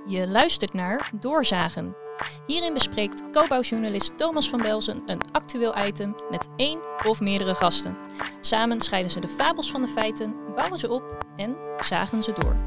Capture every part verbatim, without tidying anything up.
Je luistert naar Doorzagen. Hierin bespreekt Cobouw-journalist Thomas van Belzen een actueel item met één of meerdere gasten. Samen scheiden ze de fabels van de feiten, bouwen ze op en zagen ze door.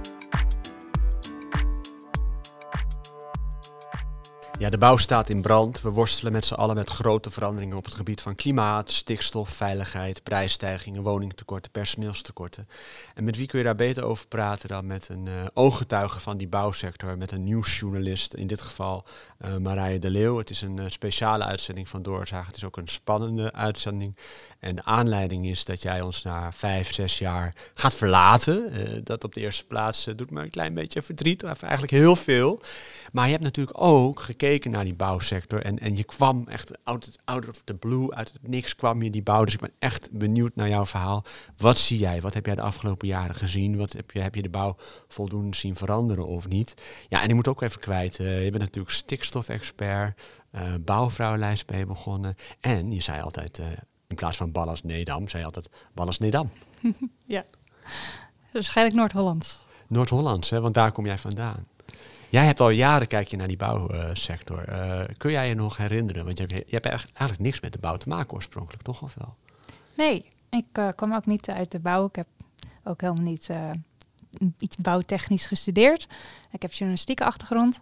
Ja, de bouw staat in brand. We worstelen met z'n allen met grote veranderingen op het gebied van klimaat, stikstof, veiligheid, prijsstijgingen, woningtekorten, personeelstekorten. En met wie kun je daar beter over praten dan met een uh, ooggetuige van die bouwsector, met een nieuwsjournalist, in dit geval uh, Marije de Leeuw. Het is een uh, speciale uitzending van Doorzagen. Het is ook een spannende uitzending. En de aanleiding is dat jij ons na vijf, zes jaar gaat verlaten. Uh, dat op de eerste plaats uh, doet me een klein beetje verdriet, of eigenlijk heel veel. Maar je hebt natuurlijk ook gekeken naar die bouwsector en, en je kwam echt out, out of the blue, uit het niks kwam je die bouw. Dus ik ben echt benieuwd naar jouw verhaal. Wat zie jij? Wat heb jij de afgelopen jaren gezien? Wat heb je, heb je de bouw voldoende zien veranderen of niet? Ja, en ik moet ook even kwijt, uh, je bent natuurlijk stikstofexpert, uh, bouwvrouwenlijst ben je begonnen. En je zei altijd, uh, in plaats van Ballas Nedam, zei je altijd Ballas Nedam. Ja, waarschijnlijk Noord-Hollands. Noord-Hollands, hè? Want daar kom jij vandaan. Jij hebt al jaren, kijk je naar die bouwsector. Uh, kun jij je nog herinneren? Want je, je hebt eigenlijk niks met de bouw te maken oorspronkelijk, toch of wel? Nee, ik uh, kwam ook niet uit de bouw. Ik heb ook helemaal niet uh, iets bouwtechnisch gestudeerd. Ik heb journalistieke achtergrond.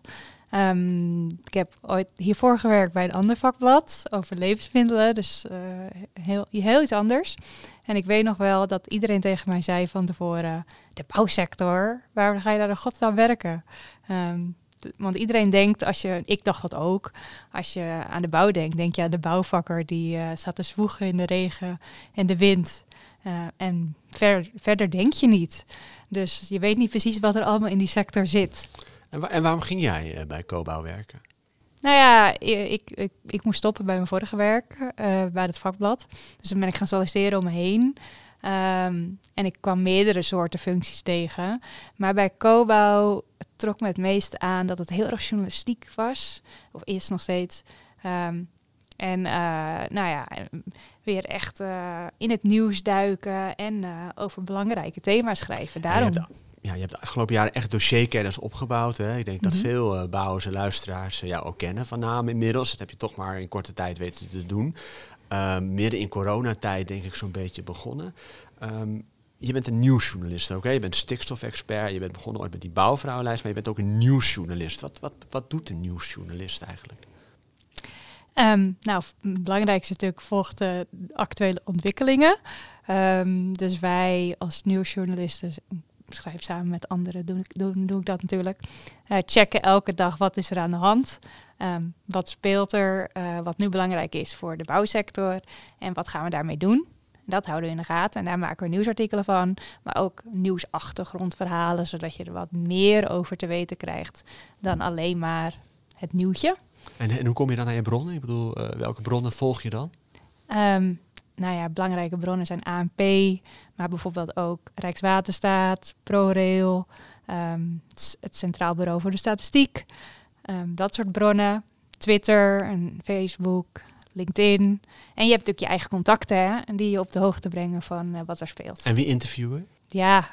Um, ik heb ooit hiervoor gewerkt bij een ander vakblad over levensmiddelen. Dus uh, heel, heel iets anders. En ik weet nog wel dat iedereen tegen mij zei van tevoren, de bouwsector, waar ga je daar in godsnaam werken? Um, t- want iedereen denkt, als je, ik dacht dat ook, als je aan de bouw denkt, denk je aan de bouwvakker die uh, staat te zwoegen in de regen en de wind. Uh, en ver, verder denk je niet. Dus je weet niet precies wat er allemaal in die sector zit. En, wa- en waarom ging jij uh, bij Cobouw werken? Nou ja, ik, ik, ik moest stoppen bij mijn vorige werk, uh, bij het vakblad. Dus dan ben ik gaan solliciteren om me heen. Um, en ik kwam meerdere soorten functies tegen. Maar bij Cobouw trok me het meest aan dat het heel erg journalistiek was. Of is nog steeds. Um, en uh, nou ja, weer echt uh, in het nieuws duiken en uh, over belangrijke thema's schrijven. Daarom... Ja, Ja, je hebt de afgelopen jaren echt dossierkennis opgebouwd. Hè? Ik denk dat Mm-hmm. veel uh, bouwers en luisteraars uh, jou ook kennen van naam inmiddels. Dat heb je toch maar in korte tijd weten te doen. Uh, midden in coronatijd denk ik zo'n beetje begonnen. Um, je bent een nieuwsjournalist ook. Hè? Je bent stikstofexpert. Je bent begonnen ooit met die bouwvrouwenlijst. Maar je bent ook een nieuwsjournalist. Wat, wat, wat doet een nieuwsjournalist eigenlijk? Um, nou, het belangrijkste natuurlijk volgt de actuele ontwikkelingen. Um, dus wij als nieuwsjournalisten, schrijf samen met anderen, doe ik, doe, doe ik dat natuurlijk. Uh, checken elke dag wat is er aan de hand. Um, wat speelt er, uh, wat nu belangrijk is voor de bouwsector en wat gaan we daarmee doen. Dat houden we in de gaten en daar maken we nieuwsartikelen van. Maar ook nieuwsachtergrondverhalen, zodat je er wat meer over te weten krijgt dan alleen maar het nieuwtje. En, en hoe kom je dan naar je bronnen? Ik bedoel, uh, welke bronnen volg je dan? Um, nou ja, belangrijke bronnen zijn A N P, maar bijvoorbeeld ook Rijkswaterstaat, ProRail, um, het Centraal Bureau voor de Statistiek. Um, dat soort bronnen. Twitter en Facebook, LinkedIn. En je hebt natuurlijk je eigen contacten, hè, die je op de hoogte brengen van uh, wat er speelt. En wie interviewen? Ja,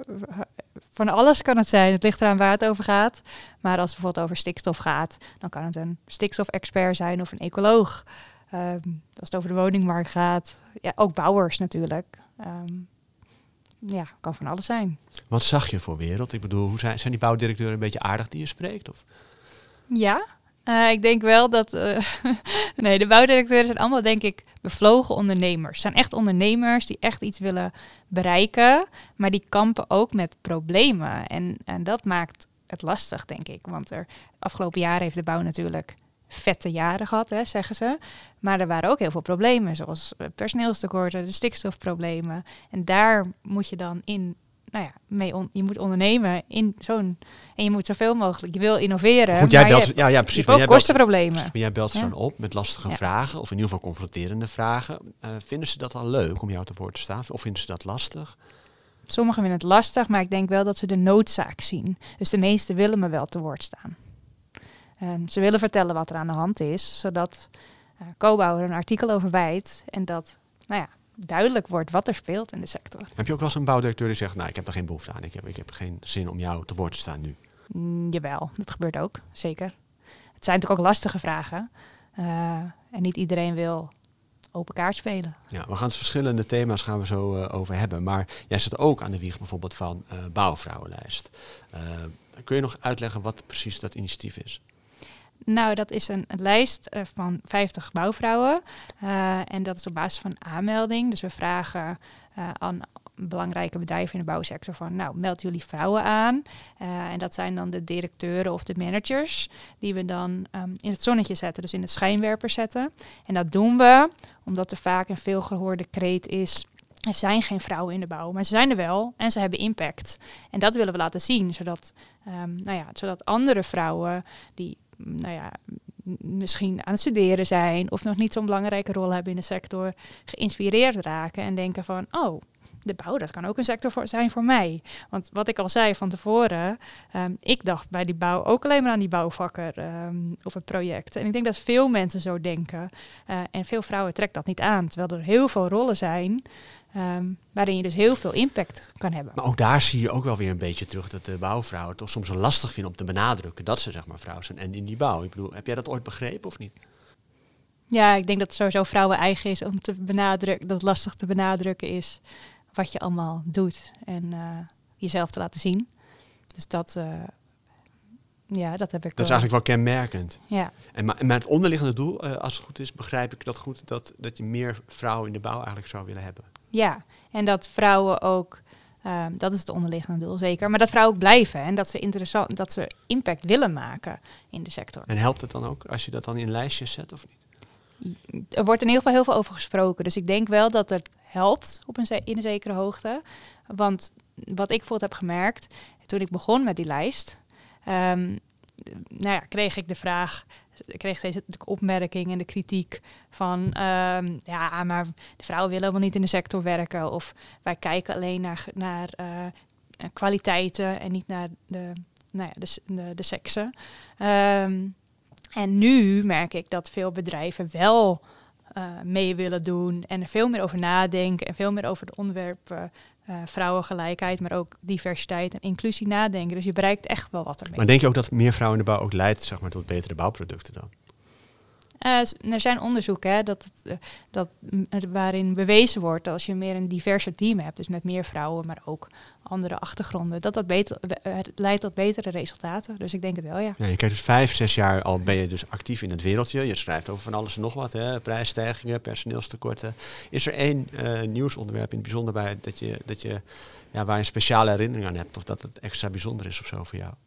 van alles kan het zijn. Het ligt eraan waar het over gaat. Maar als het bijvoorbeeld over stikstof gaat, dan kan het een stikstofexpert zijn of een ecoloog. Um, als het over de woningmarkt gaat, ja, ook bouwers natuurlijk. Um, ja, kan van alles zijn. Wat zag je voor wereld? Ik bedoel, hoe zijn, zijn die bouwdirecteuren een beetje aardig die je spreekt? Of? Ja, uh, ik denk wel dat... Uh, nee, de bouwdirecteuren zijn allemaal, denk ik, bevlogen ondernemers. Ze zijn echt ondernemers die echt iets willen bereiken, maar die kampen ook met problemen. En, en dat maakt het lastig, denk ik. Want er afgelopen jaren heeft de bouw natuurlijk vette jaren gehad, hè, zeggen ze. Maar er waren ook heel veel problemen, zoals personeelstekorten, de stikstofproblemen. En daar moet je dan in, nou ja, mee on, je moet ondernemen in zo'n, en je moet zoveel mogelijk, je wil innoveren. Goed, jij maar belt, je, ja, ja, precies. je hebt ook kostenproblemen. Maar jij belt ze Ja. dan op met lastige Ja. vragen, of in ieder geval confronterende vragen. Uh, vinden ze dat al leuk om jou te woord te staan? Of vinden ze dat lastig? Sommigen vinden het lastig, maar ik denk wel dat ze de noodzaak zien. Dus de meesten willen me wel te woord staan. Um, ze willen vertellen wat er aan de hand is, zodat uh, Cobouw er een artikel over wijdt en dat, nou ja, duidelijk wordt wat er speelt in de sector. Heb je ook wel eens een bouwdirecteur die zegt, nou, ik heb er geen behoefte aan, ik heb, ik heb geen zin om jou te woord te staan nu? Mm, jawel, dat gebeurt ook, zeker. Het zijn natuurlijk ook lastige vragen. Uh, en niet iedereen wil open kaart spelen. Ja, we gaan het verschillende thema's gaan we zo uh, over hebben. Maar jij zit ook aan de wieg bijvoorbeeld van uh, Bouwvrouwenlijst. Uh, kun je nog uitleggen wat precies dat initiatief is? Nou, dat is een, een lijst uh, van vijftig bouwvrouwen. Uh, en dat is op basis van aanmelding. Dus we vragen uh, aan belangrijke bedrijven in de bouwsector van, nou, meld jullie vrouwen aan. Uh, en dat zijn dan de directeuren of de managers die we dan um, in het zonnetje zetten, dus in de schijnwerper zetten. En dat doen we omdat er vaak een veel gehoorde kreet is, er zijn geen vrouwen in de bouw, maar ze zijn er wel en ze hebben impact. En dat willen we laten zien, zodat, um, nou ja, zodat andere vrouwen die nou ja, misschien aan het studeren zijn of nog niet zo'n belangrijke rol hebben in de sector, geïnspireerd raken en denken van, oh, de bouw, dat kan ook een sector voor zijn voor mij. Want wat ik al zei van tevoren, um, ik dacht bij die bouw ook alleen maar aan die bouwvakker um, op het project. En ik denk dat veel mensen zo denken. Uh, en veel vrouwen trekt dat niet aan, terwijl er heel veel rollen zijn Um, waarin je dus heel veel impact kan hebben. Maar ook daar zie je ook wel weer een beetje terug dat de bouwvrouwen toch soms wel lastig vinden om te benadrukken dat ze zeg maar vrouw zijn en in die bouw. Ik bedoel, heb jij dat ooit begrepen of niet? Ja, ik denk dat het sowieso vrouwen eigen is om te benadrukken, dat het lastig te benadrukken is wat je allemaal doet en uh, jezelf te laten zien. Dus dat, uh, ja, dat heb ik. Dat is eigenlijk wel kenmerkend. Ja. En maar, maar het onderliggende doel, uh, als het goed is, begrijp ik dat goed, dat, dat je meer vrouwen in de bouw eigenlijk zou willen hebben. Ja, en dat vrouwen ook, uh, dat is het onderliggende doel zeker, maar dat vrouwen ook blijven en dat ze interessant, dat ze impact willen maken in de sector. En helpt het dan ook als je dat dan in lijstjes zet of niet? Er wordt in ieder geval heel veel over gesproken, dus ik denk wel dat het helpt op een ze- in een zekere hoogte. Want wat ik bijvoorbeeld heb gemerkt, toen ik begon met die lijst, um, nou ja, kreeg ik de vraag, ik kreeg steeds de opmerking en de kritiek van, um, ja, maar de vrouwen willen helemaal niet in de sector werken. Of wij kijken alleen naar, naar uh, kwaliteiten en niet naar de, nou ja, de, de, de seksen. Um, en nu merk ik dat veel bedrijven wel uh, mee willen doen en er veel meer over nadenken en veel meer over het onderwerp uh, uh, vrouwengelijkheid, maar ook diversiteit en inclusie nadenken. Dus je bereikt echt wel wat ermee. Maar denk je ook dat meer vrouwen in de bouw ook leidt, zeg maar, tot betere bouwproducten dan? Uh, er zijn onderzoeken hè, dat het, uh, dat, m- waarin bewezen wordt dat als je meer een diverser team hebt, dus met meer vrouwen, maar ook andere achtergronden, dat dat beter, uh, leidt tot betere resultaten. Dus ik denk het wel, ja. Ja, je kijkt dus vijf, zes jaar al ben je dus actief in het wereldje. Je schrijft over van alles en nog wat, hè? Prijsstijgingen, personeelstekorten. Is er één uh, nieuwsonderwerp in het bijzonder bij dat je, dat je, ja, waar je een speciale herinnering aan hebt of dat het extra bijzonder is of zo voor jou?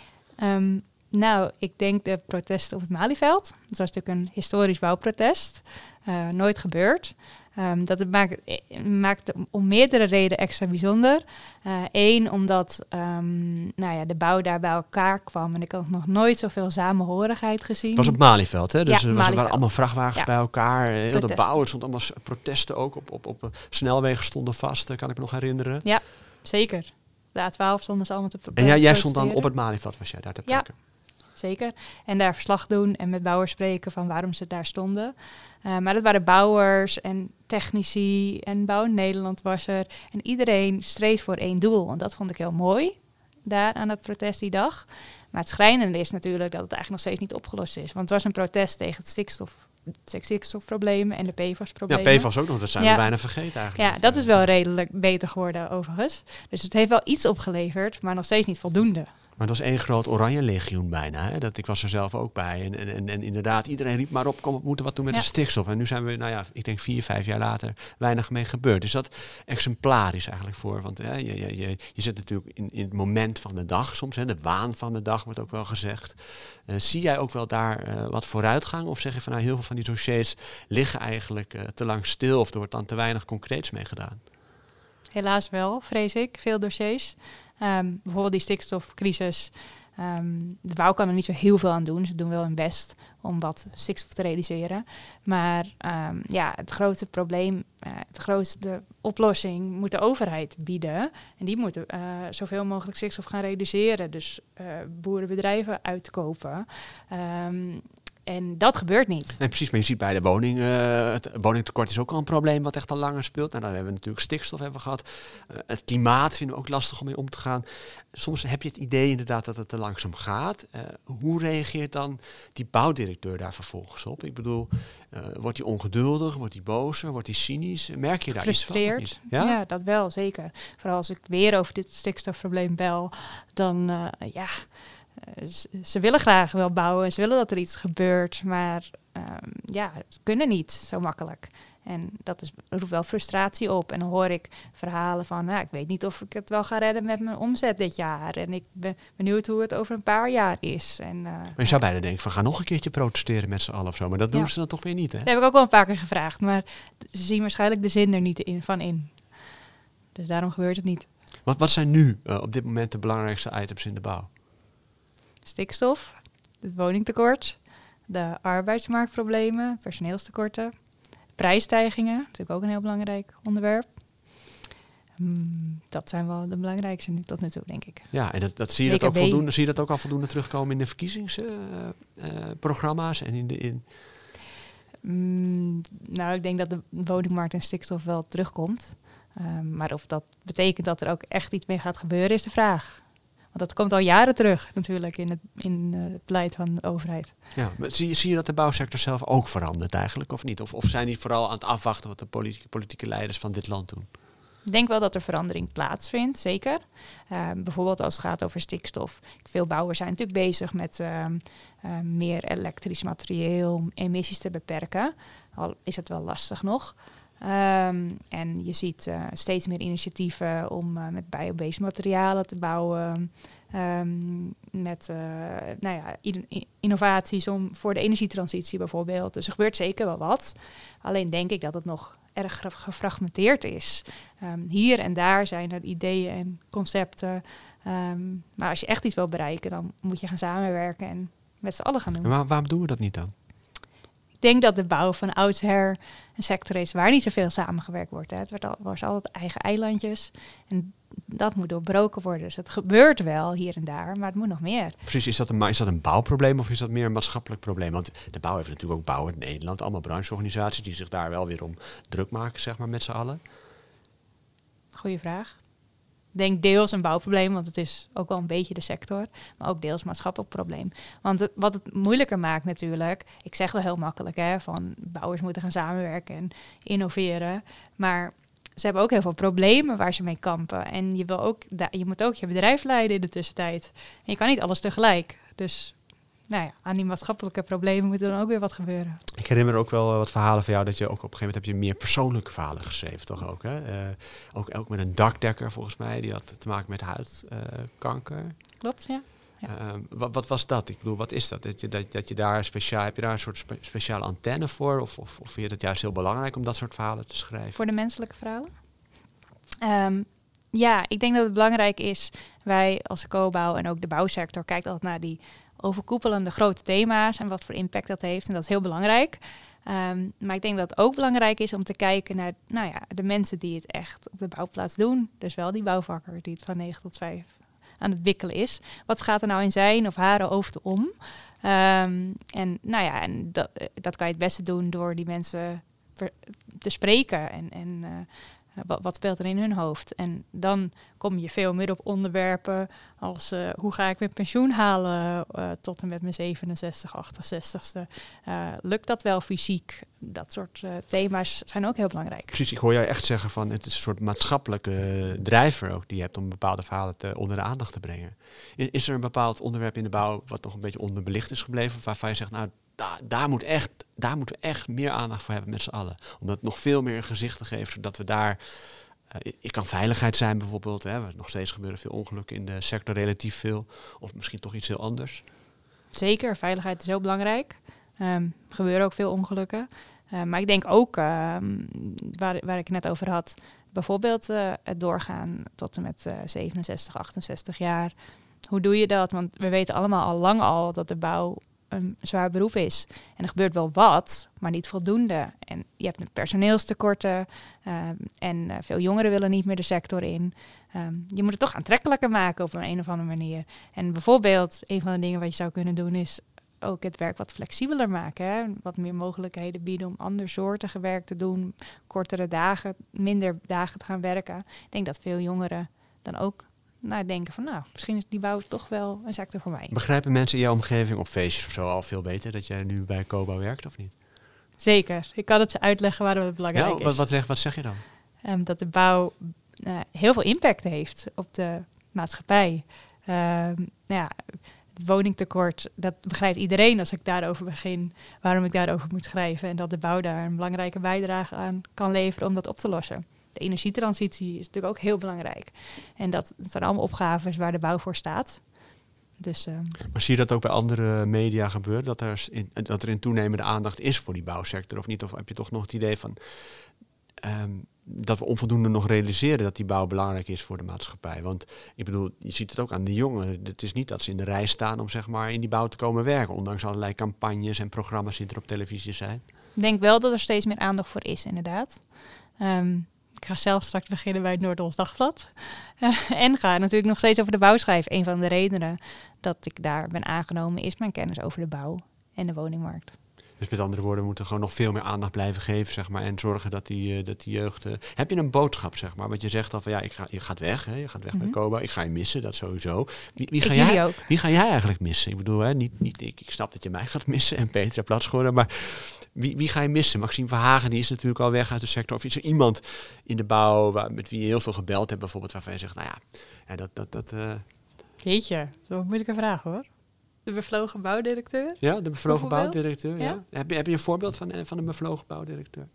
Um, Nou, ik denk de protesten op het Malieveld. Dat was natuurlijk een historisch bouwprotest. Uh, nooit gebeurd. Um, dat het maakt, maakt het om meerdere redenen extra bijzonder. Eén, uh, omdat um, nou ja, de bouw daar bij elkaar kwam. En ik had nog nooit zoveel samenhorigheid gezien. Het was op Malieveld, hè? Dus ja, er was, waren allemaal vrachtwagens ja. bij elkaar. Heel Protest. De bouw, er stond allemaal protesten ook. Op, op, op snelwegen stonden vast, kan ik me nog herinneren. Ja, zeker. De A twaalf stonden ze allemaal te pro- En jij, jij stond dan op het Malieveld, was jij daar te plekken? Ja. Zeker. En daar verslag doen en met bouwers spreken van waarom ze daar stonden. Uh, maar dat waren bouwers en technici en Bouw Nederland was er. En iedereen streed voor één doel. En dat vond ik heel mooi, daar aan dat protest die dag. Maar het schrijnende is natuurlijk dat het eigenlijk nog steeds niet opgelost is. Want het was een protest tegen het stikstof, het stikstofproblemen en de P F A S-problemen. Ja, P F A S ook nog, dat zijn ja. we bijna vergeten eigenlijk. Ja, dat is wel redelijk beter geworden overigens. Dus het heeft wel iets opgeleverd, maar nog steeds niet voldoende. Maar het was één groot oranje legioen bijna. Hè? Dat, ik was er zelf ook bij. En, en, en inderdaad, iedereen riep maar op, kom, we moeten wat doen met ja. de stikstof. En nu zijn we, nou ja, ik denk vier, vijf jaar later weinig mee gebeurd. Is dat exemplarisch eigenlijk voor? Want hè, je, je, je, je zit natuurlijk in, in het moment van de dag soms. Hè, de waan van de dag wordt ook wel gezegd. Uh, zie jij ook wel daar uh, wat vooruitgang? Of zeg je van nou, heel veel van die dossiers liggen eigenlijk uh, te lang stil of er wordt dan te weinig concreets mee gedaan? Helaas wel, vrees ik. Veel dossiers. Um, bijvoorbeeld die stikstofcrisis. Um, de bouw kan er niet zo heel veel aan doen. Ze doen wel hun best om wat stikstof te reduceren. Maar um, ja, het grootste probleem, uh, het grootste oplossing moet de overheid bieden. En die moeten uh, zoveel mogelijk stikstof gaan reduceren. Dus uh, boerenbedrijven uitkopen. Um, En dat gebeurt niet. Nee, precies, maar je ziet bij de woning, uh, het woningtekort is ook al een probleem wat echt al langer speelt. Nou, dan hebben we natuurlijk stikstof hebben we gehad. Uh, het klimaat vinden we ook lastig om mee om te gaan. Soms heb je het idee inderdaad dat het te langzaam gaat. Uh, hoe reageert dan die bouwdirecteur daar vervolgens op? Ik bedoel, uh, wordt hij ongeduldig, wordt hij bozer, wordt hij cynisch? Merk je daar iets van? Frustreerd. Ja? ja, dat wel, zeker. Vooral als ik weer over dit stikstofprobleem bel, dan uh, ja... Uh, ze, ze willen graag wel bouwen en ze willen dat er iets gebeurt, maar um, ja, het kunnen niet zo makkelijk. En dat is, roept wel frustratie op. En dan hoor ik verhalen van, nou, ik weet niet of ik het wel ga redden met mijn omzet dit jaar. En ik ben benieuwd hoe het over een paar jaar is. En, uh, maar je zou bijna denken van, ga nog een keertje protesteren met z'n allen of zo. Maar dat doen ja. ze dan toch weer niet, hè? Dat heb ik ook wel een paar keer gevraagd, maar ze zien waarschijnlijk de zin er niet in, van in. Dus daarom gebeurt het niet. Wat, wat zijn nu uh, op dit moment de belangrijkste items in de bouw? Stikstof, het woningtekort, de arbeidsmarktproblemen, personeelstekorten, prijsstijgingen, natuurlijk ook een heel belangrijk onderwerp. Um, dat zijn wel de belangrijkste nu tot nu toe, denk ik. Ja, en dat, dat zie je dat ook voldoende, zie je dat ook al voldoende terugkomen in de verkiezingsprogramma's uh, uh, en in de in. Um, nou, ik denk dat de woningmarkt en stikstof wel terugkomt. Um, maar of dat betekent dat er ook echt iets mee gaat gebeuren, is de vraag. Want dat komt al jaren terug natuurlijk in het, in, uh, het beleid van de overheid. Ja, maar zie, zie je dat de bouwsector zelf ook verandert eigenlijk, of niet? Of, of zijn die vooral aan het afwachten wat de politieke, politieke leiders van dit land doen? Ik denk wel dat er verandering plaatsvindt, zeker. Uh, bijvoorbeeld als het gaat over stikstof. Veel bouwers zijn natuurlijk bezig met uh, uh, meer elektrisch materieel om emissies te beperken. Al is het wel lastig nog. Um, en je ziet uh, steeds meer initiatieven om uh, met biobased materialen te bouwen. Um, met uh, nou ja, in- innovaties om voor de energietransitie bijvoorbeeld. Dus er gebeurt zeker wel wat. Alleen denk ik dat het nog erg gefragmenteerd is. Um, hier en daar zijn er ideeën en concepten. Um, maar als je echt iets wil bereiken, dan moet je gaan samenwerken en met z'n allen gaan doen. En waar, waarom doen we dat niet dan? Ik denk dat de bouw van oudsher een sector is waar niet zoveel samengewerkt wordt. Hè. Het wordt al, was altijd eigen eilandjes. En dat moet doorbroken worden. Dus het gebeurt wel hier en daar, maar het moet nog meer. Precies, is dat een, is dat een bouwprobleem of is dat meer een maatschappelijk probleem? Want de bouw heeft natuurlijk ook Bouw in Nederland. Allemaal brancheorganisaties die zich daar wel weer om druk maken, zeg maar, met z'n allen. Goeie vraag. Ik denk deels een bouwprobleem, want het is ook wel een beetje de sector. Maar ook deels maatschappelijk probleem. Want het, wat het moeilijker maakt natuurlijk... Ik zeg wel heel makkelijk, hè, van bouwers moeten gaan samenwerken en innoveren. Maar ze hebben ook heel veel problemen waar ze mee kampen. En je, wil ook, je moet ook je bedrijf leiden in de tussentijd. En je kan niet alles tegelijk. Dus nou ja, aan die maatschappelijke problemen moet er dan ook weer wat gebeuren. Ik herinner me ook wel wat verhalen van jou, dat je ook op een gegeven moment heb je meer persoonlijke verhalen geschreven, toch ook, hè? Uh, ook, ook met een dakdekker volgens mij, die had te maken met huidkanker. Uh, Klopt, ja. ja. Uh, wat, wat was dat? Ik bedoel, wat is dat? Dat je, dat, dat je daar speciaal, heb je daar een soort spe, speciale antenne voor? Of, of, of vind je het juist heel belangrijk om dat soort verhalen te schrijven? Voor de menselijke verhalen? Um, ja, ik denk dat het belangrijk is, wij als co-bouw en ook de bouwsector kijkt altijd naar die overkoepelende grote thema's en wat voor impact dat heeft. En dat is heel belangrijk. Um, maar ik denk dat het ook belangrijk is om te kijken naar nou ja, de mensen die het echt op de bouwplaats doen. Dus wel die bouwvakker die het van negen tot vijf aan het wikkelen is. Wat gaat er nou in zijn of haar hoofd om? Um, en nou ja, en dat, dat kan je het beste doen door die mensen per, te spreken en, en uh, Wat, wat speelt er in hun hoofd? En dan kom je veel meer op onderwerpen als uh, hoe ga ik mijn pensioen halen uh, tot en met mijn zevenenzestig, achtenzestigste. Uh, lukt dat wel fysiek? Dat soort uh, thema's zijn ook heel belangrijk. Precies, ik hoor jou echt zeggen van het is een soort maatschappelijke drijver ook die je hebt om bepaalde verhalen te, onder de aandacht te brengen. Is er een bepaald onderwerp in de bouw wat nog een beetje onderbelicht is gebleven, waarvan je zegt, nou, Da, daar, moet echt, daar moeten we echt meer aandacht voor hebben met z'n allen. Om dat nog veel meer een gezicht te geven, zodat we daar... Uh, het kan veiligheid zijn bijvoorbeeld. Hè. Nog steeds gebeuren veel ongelukken in de sector, relatief veel. Of misschien toch iets heel anders. Zeker, veiligheid is heel belangrijk. Um, er gebeuren ook veel ongelukken. Uh, maar ik denk ook, uh, waar, waar ik het net over had... bijvoorbeeld uh, het doorgaan tot en met uh, zevenenzestig, achtenzestig jaar. Hoe doe je dat? Want we weten allemaal al lang al dat de bouw... een zwaar beroep is. En er gebeurt wel wat, maar niet voldoende. En je hebt een personeelstekorten uh, en uh, veel jongeren willen niet meer de sector in. Um, je moet het toch aantrekkelijker maken op een, een of andere manier. En bijvoorbeeld, een van de dingen wat je zou kunnen doen is ook het werk wat flexibeler maken. Hè? Wat meer mogelijkheden bieden om andersoortige werk te doen. Kortere dagen, minder dagen te gaan werken. Ik denk dat veel jongeren dan ook nou, denken van... nou, misschien is die bouw toch wel een sector voor mij. Begrijpen mensen in jouw omgeving op feestjes of zo al veel beter... dat jij nu bij Cobouw werkt of niet? Zeker. Ik kan het ze uitleggen waarom het belangrijk ja, is. Wat, wat, zeg, wat zeg je dan? Um, dat de bouw uh, heel veel impact heeft op de maatschappij. Um, nou ja, het woningtekort, dat begrijpt iedereen als ik daarover begin, waarom ik daarover moet schrijven. En dat de bouw daar een belangrijke bijdrage aan kan leveren om dat op te lossen. De energietransitie is natuurlijk ook heel belangrijk. En dat zijn allemaal opgaves waar de bouw voor staat. Dus, um, maar zie je dat ook bij andere media gebeuren? Dat er, in, dat er in toenemende aandacht is voor die bouwsector of niet? Of heb je toch nog het idee van... Um, dat we onvoldoende nog realiseren dat die bouw belangrijk is voor de maatschappij. Want ik bedoel, je ziet het ook aan de jongeren. Het is niet dat ze in de rij staan om zeg maar in die bouw te komen werken. Ondanks allerlei campagnes en programma's die er op televisie zijn. Ik denk wel dat er steeds meer aandacht voor is, inderdaad. Um, ik ga zelf straks beginnen bij het Noord-Hollands Dagblad. Uh, en ga natuurlijk nog steeds over de bouw schrijven. Een van de redenen dat ik daar ben aangenomen is mijn kennis over de bouw en de woningmarkt. Dus met andere woorden, we moeten gewoon nog veel meer aandacht blijven geven, zeg maar, en zorgen dat die, uh, dat die jeugd... Uh, heb je een boodschap, zeg maar? Want je zegt al van, ja, ik ga, je gaat weg, hè? Je gaat weg mm-hmm. bij Cobouw. Ik ga je missen, dat sowieso. Wie, wie, ga jij, ook. wie ga jij eigenlijk missen? Ik bedoel, hè, niet, niet, ik, ik snap dat je mij gaat missen en Petra Platschoren, maar wie, wie ga je missen? Maxime Verhagen, die is natuurlijk al weg uit de sector. Of is er iemand in de bouw waar, met wie je heel veel gebeld hebt, bijvoorbeeld, waarvan je zegt, nou ja, ja dat... dat, dat uh... Jeetje, dat is een moeilijke vraag, hoor. De bevlogen bouwdirecteur? Ja, de bevlogen bouwdirecteur. Ja. Ja. Heb, je, heb je een voorbeeld van, van een bevlogen bouwdirecteur?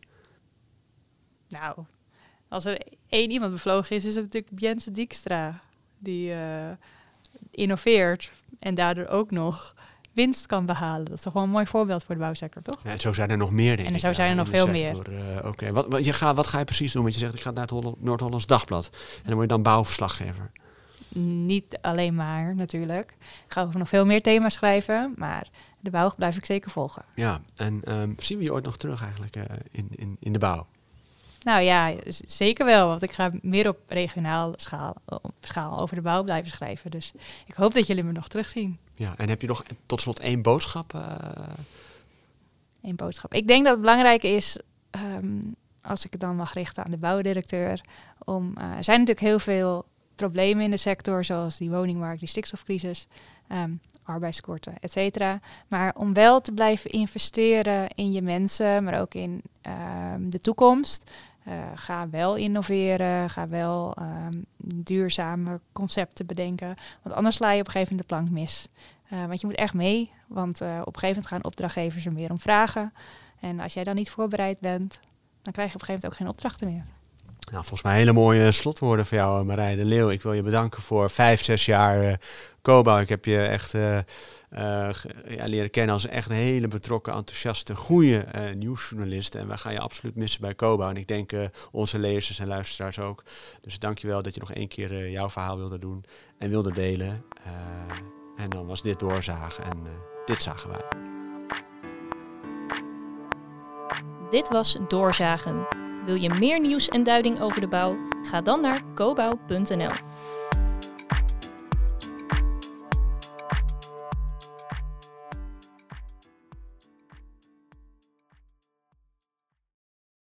Nou, als er één iemand bevlogen is, is het natuurlijk Jensen Dijkstra. Die uh, innoveert en daardoor ook nog winst kan behalen. Dat is toch wel een mooi voorbeeld voor de bouwsector, toch? Ja, en zo zijn er nog meer, denk en ik. En zo zijn er nog veel sector. meer. Uh, Oké, okay. wat, wat, je gaat, wat ga je precies doen? Want je zegt, ik ga naar het Holland, Noord-Hollands Dagblad. En dan word je dan bouwverslaggever. Niet alleen maar, natuurlijk. Ik ga over nog veel meer thema's schrijven, maar de bouw blijf ik zeker volgen. Ja, en um, zien we je ooit nog terug eigenlijk uh, in, in, in de bouw? Nou ja, z- zeker wel, want ik ga meer op regionaal schaal, op schaal over de bouw blijven schrijven. Dus ik hoop dat jullie me nog terugzien. Ja, en heb je nog tot slot één boodschap? Uh... Eén boodschap. Ik denk dat het belangrijk is, um, als ik het dan mag richten aan de bouwdirecteur, om, uh, er zijn natuurlijk heel veel problemen in de sector, zoals die woningmarkt, die stikstofcrisis, um, arbeidstekorten, et cetera. Maar om wel te blijven investeren in je mensen, maar ook in um, de toekomst. Uh, ga wel innoveren, ga wel um, duurzame concepten bedenken. Want anders sla je op een gegeven moment de plank mis. Uh, want je moet echt mee, want uh, op een gegeven moment gaan opdrachtgevers er meer om vragen. En als jij dan niet voorbereid bent, dan krijg je op een gegeven moment ook geen opdrachten meer. Nou, volgens mij hele mooie slotwoorden voor jou, Marije de Leeuw. Ik wil je bedanken voor vijf, zes jaar uh, Cobouw. Ik heb je echt uh, uh, ja, leren kennen als echt een hele betrokken, enthousiaste, goede uh, nieuwsjournalist. En wij gaan je absoluut missen bij Cobouw. En ik denk uh, onze lezers en luisteraars ook. Dus dank je wel dat je nog één keer uh, jouw verhaal wilde doen en wilde delen. Uh, en dan was dit Doorzagen en uh, dit zagen wij. Dit was Doorzagen. Wil je meer nieuws en duiding over de bouw? Ga dan naar cobouw punt n l.